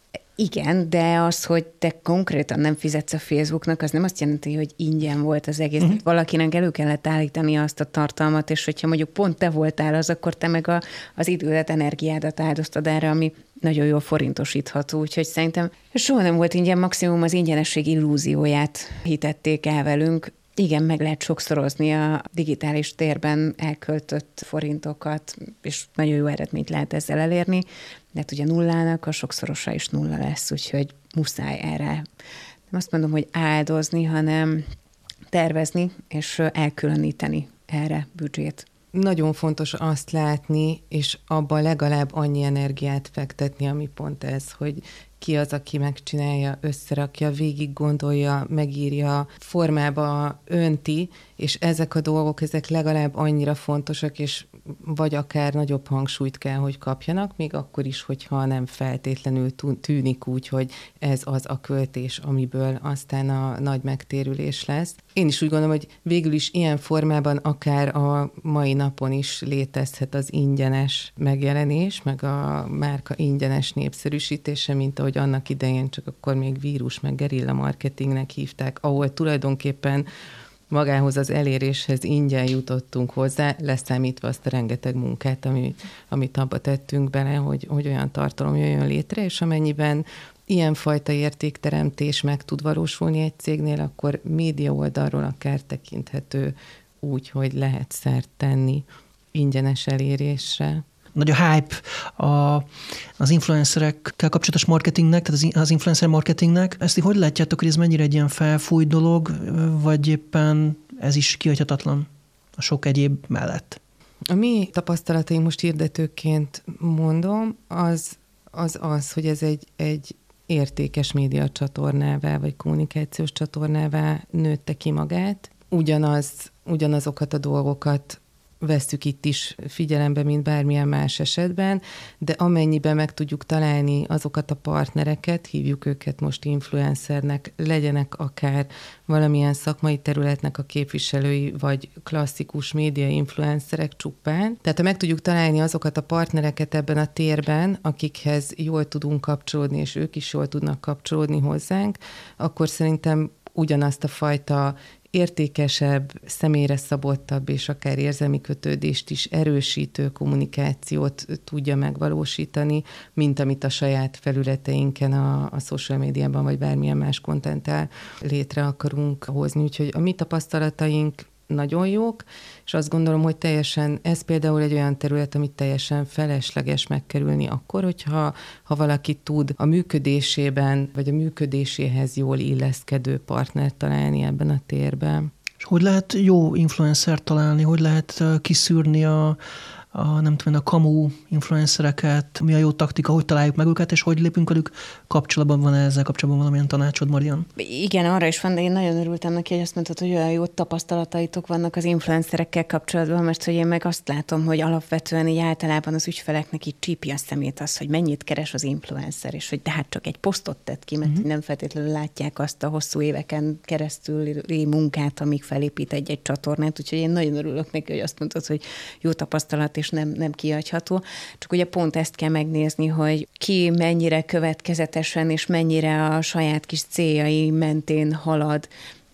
Igen, de az, hogy te konkrétan nem fizetsz a Facebooknak, az nem azt jelenti, hogy ingyen volt az egész. Uh-huh. Valakinek elő kellett állítani azt a tartalmat, és hogyha mondjuk pont te voltál az, akkor te meg a, az idődet, energiádat áldoztad erre, ami nagyon jól forintosítható. Úgyhogy szerintem soha nem volt ingyen, maximum az ingyenesség illúzióját hitették el velünk. Igen, meg lehet sokszorozni a digitális térben elköltött forintokat, és nagyon jó eredményt lehet ezzel elérni, de hát ugye nullának a sokszorosa is nulla lesz, úgyhogy muszáj erre nem azt mondom, hogy áldozni, hanem tervezni és elkülöníteni erre büdzsét. Nagyon fontos azt látni, és abban legalább annyi energiát fektetni, ami pont ez, hogy ki az, aki megcsinálja, összerakja, végig gondolja, megírja, formába önti, és ezek a dolgok, ezek legalább annyira fontosak, és vagy akár nagyobb hangsúlyt kell, hogy kapjanak, még akkor is, hogyha nem feltétlenül tűnik úgy, hogy ez az a költés, amiből aztán a nagy megtérülés lesz. Én is úgy gondolom, hogy végül is ilyen formában akár a mai napon is létezhet az ingyenes megjelenés, meg a márka ingyenes népszerűsítése, mint ahogy annak idején csak akkor még vírus, meg gerilla marketingnek hívták, ahol tulajdonképpen magához az eléréshez ingyen jutottunk hozzá, leszámítva azt a rengeteg munkát, amit, amit abba tettünk bele, hogy, hogy olyan tartalom jöjjön létre, és amennyiben ilyenfajta értékteremtés meg tud valósulni egy cégnél, akkor média oldalról akár tekinthető úgy, hogy lehet szert tenni ingyenes elérésre. Nagy a hype a, az influencerekkel kapcsolatos marketingnek, tehát az, az influencer marketingnek. Ezt hogy látjátok, hogy ez mennyire egy ilyen felfújt dolog, vagy éppen ez is kihagyhatatlan a sok egyéb mellett? A mi tapasztalataink, most hirdetőként mondom, az az, az hogy ez egy, egy értékes média csatornává, vagy kommunikációs csatornává nőtte ki magát. Ugyanaz, ugyanazokat a dolgokat vesszük itt is figyelembe, mint bármilyen más esetben, de amennyiben meg tudjuk találni azokat a partnereket, hívjuk őket most influencernek, legyenek akár valamilyen szakmai területnek a képviselői, vagy klasszikus média influencerek csupán. Tehát ha meg tudjuk találni azokat a partnereket ebben a térben, akikhez jól tudunk kapcsolódni, és ők is jól tudnak kapcsolódni hozzánk, akkor szerintem ugyanazt a fajta értékesebb, személyre szabottabb és akár érzelmi kötődést is erősítő kommunikációt tudja megvalósítani, mint amit a saját felületeinken, a, a social médiában vagy bármilyen más kontenttel létre akarunk hozni. Úgyhogy a mi tapasztalataink nagyon jók, és azt gondolom, hogy teljesen, ez például egy olyan terület, amit teljesen felesleges megkerülni akkor, hogyha ha valaki tud a működésében, vagy a működéséhez jól illeszkedő partnert találni ebben a térben. És hogy lehet jó influencert találni, hogy lehet kiszűrni a, a nem tudom, a kamu influencereket, mi a jó taktika, hogy találjuk meg őket, és hogy lépünk velük kapcsolatban, van ezzel kapcsolatban valamilyen tanácsod, Marian? Igen, arra is van, de én nagyon örültem neki, hogy azt mondtad, hogy olyan jó tapasztalataitok vannak az influencerekkel kapcsolatban, mert hogy én meg azt látom, hogy alapvetően így általában az ügyfeleknek így csípi a szemét az, hogy mennyit keres az influencer, és hogy de hát csak egy posztot tett ki, mert uh-huh. nem feltétlenül látják azt a hosszú éveken keresztüli munkát, amíg felépít egy-egy csatornát, úgyhogy én nagyon örülök neki, hogy azt mondtad, hogy jó tapasztalat, és nem, nem kiadható. Csak ugye pont ezt kell megnézni, hogy ki mennyire következetesen és mennyire a saját kis céljai mentén halad.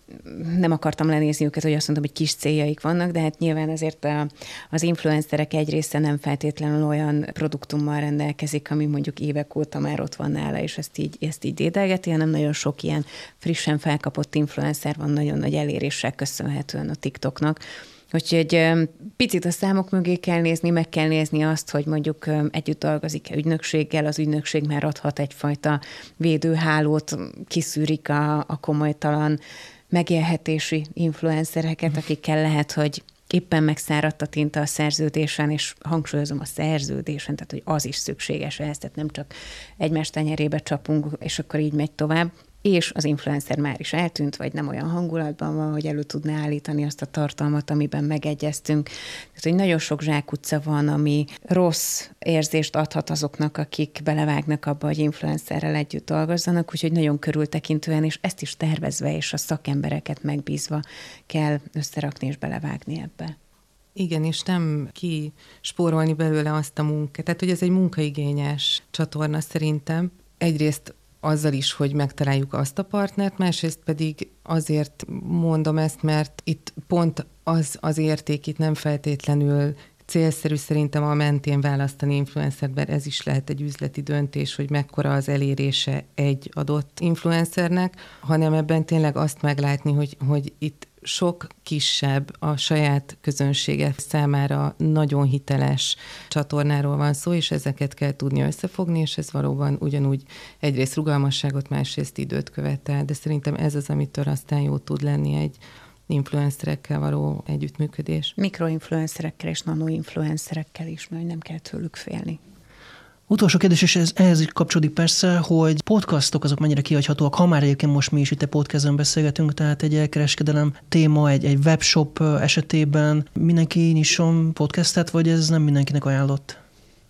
Nem akartam lenézni őket, hogy azt mondtam, hogy kis céljaik vannak, de hát nyilván azért a, az influencerek egy része nem feltétlenül olyan produktummal rendelkezik, ami mondjuk évek óta már ott van nála, és ezt így, ezt így dédelgeti, hanem nagyon sok ilyen frissen felkapott influencer van nagyon nagy eléréssel köszönhetően a TikToknak. Úgyhogy picit a számok mögé kell nézni, meg kell nézni azt, hogy mondjuk együtt dolgozik-e ügynökséggel, az ügynökség már adhat egyfajta védőhálót, kiszűrik a, a komolytalan megélhetési influencereket, akikkel lehet, hogy éppen megszáradt a tinta a szerződésen, és hangsúlyozom a szerződésen, tehát hogy az is szükséges ehhez, tehát nem csak egymás tenyerébe csapunk, és akkor így megy tovább. És az influencer már is eltűnt, vagy nem olyan hangulatban van, hogy elő tudná állítani azt a tartalmat, amiben megegyeztünk. Tehát, hogy nagyon sok zsákutca van, ami rossz érzést adhat azoknak, akik belevágnak abba, hogy influencerrel együtt dolgozzanak, úgyhogy nagyon körültekintően, és ezt is tervezve, és a szakembereket megbízva kell összerakni és belevágni ebbe. Igen, és nem kispórolni belőle azt a munkát. Tehát, hogy ez egy munkaigényes csatorna szerintem. Egyrészt azzal is, hogy megtaláljuk azt a partnert, másrészt pedig azért mondom ezt, mert itt pont az, az érték itt nem feltétlenül célszerű szerintem a mentén választani influencert, mert ez is lehet egy üzleti döntés, hogy mekkora az elérése egy adott influencernek, hanem ebben tényleg azt meglátni, hogy, hogy itt sok kisebb, a saját közönsége számára nagyon hiteles csatornáról van szó, és ezeket kell tudni összefogni, és ez valóban ugyanúgy egyrészt rugalmasságot, másrészt időt követel, de szerintem ez az, amitől aztán jó tud lenni egy influencerekkel való együttműködés. Mikroinfluencerekkel és nanoinfluencerekkel is, mert nem kell tőlük félni. Utolsó kérdés, és ez, ehhez is kapcsolódik persze, hogy podcastok azok mennyire kihagyhatóak, ha már egyébként most mi is itt a podcastben beszélgetünk, tehát egy elkereskedelem téma, egy, egy webshop esetében mindenki nyisson podcastet, vagy ez nem mindenkinek ajánlott?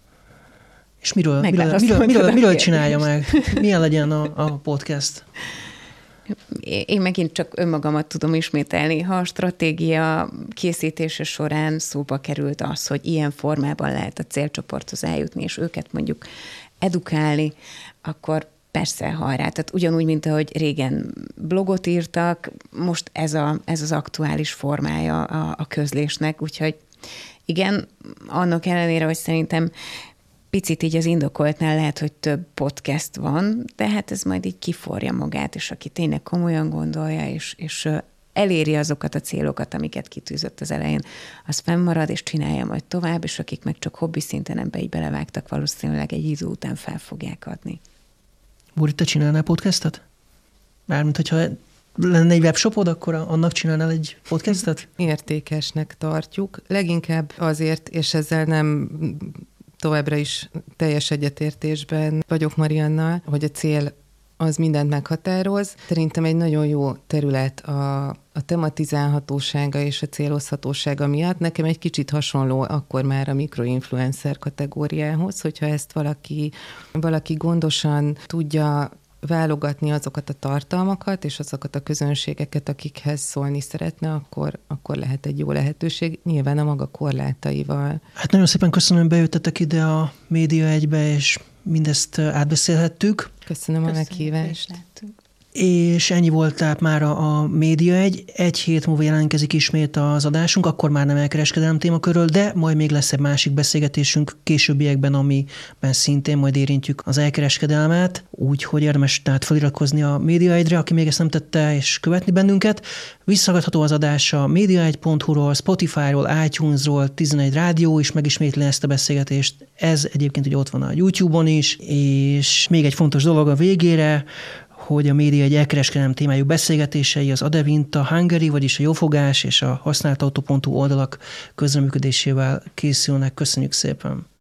És miről, miről, miről, miről, miről csinálja meg? Milyen legyen a, a podcast? Én megint csak önmagamat tudom ismételni. Ha a stratégia készítése során szóba került az, hogy ilyen formában lehet a célcsoporthoz eljutni, és őket mondjuk edukálni, akkor persze hajrá. Tehát ugyanúgy, mint ahogy régen blogot írtak, most ez, a, ez az aktuális formája a, a közlésnek. Úgyhogy igen, annak ellenére, hogy szerintem picit így az indokoltnál lehet, hogy több podcast van, de hát ez majd így kiforja magát, és aki tényleg komolyan gondolja, és, és eléri azokat a célokat, amiket kitűzött az elején, az fennmarad, és csinálja majd tovább, és akik meg csak hobbi szinten ebbe így belevágtak, valószínűleg egy idő után fel fogják adni. Bori, te csinálnál podcastet? Mármint, hogyha lenne egy webshopod, akkor annak csinálnál egy podcastet? Értékesnek tartjuk. Leginkább azért, és ezzel nem továbbra is teljes egyetértésben vagyok Mariannal, hogy a cél az mindent meghatároz. Szerintem egy nagyon jó terület a, a tematizálhatósága és a célozhatósága miatt. Nekem egy kicsit hasonló akkor már a mikroinfluencer kategóriához, hogyha ezt valaki, valaki gondosan tudja válogatni azokat a tartalmakat és azokat a közönségeket, akikhez szólni szeretne, akkor, akkor lehet egy jó lehetőség, nyilván a maga korlátaival. Hát nagyon szépen köszönöm, hogy bejöttetek ide a Média egybe, és mindezt átbeszélhettük. Köszönöm, köszönöm a meghívást. És ennyi volt tehát már a, a Média egy. Egy hét múlva jelentkezik ismét az adásunk, akkor már nem elkereskedelem témakörről, de majd még lesz egy másik beszélgetésünk későbbiekben, amiben szintén majd érintjük az elkereskedelmet, úgyhogy érdemes tehát feliratkozni a Média egyre, aki még ezt nem tette, és követni bennünket. Visszahallgatható az adás a média egy pont hu-ról, Spotify-ról, iTunes-ról, tizenegy Rádió is megismétli ezt a beszélgetést. Ez egyébként ugye ott van a YouTube-on is, és még egy fontos dolog a végére, hogy a Média egy elkereskedelem témájú beszélgetései az Adevinta Hungary, vagyis a Jófogás és a használtautó pont hu oldalak közreműködésével készülnek. Köszönjük szépen!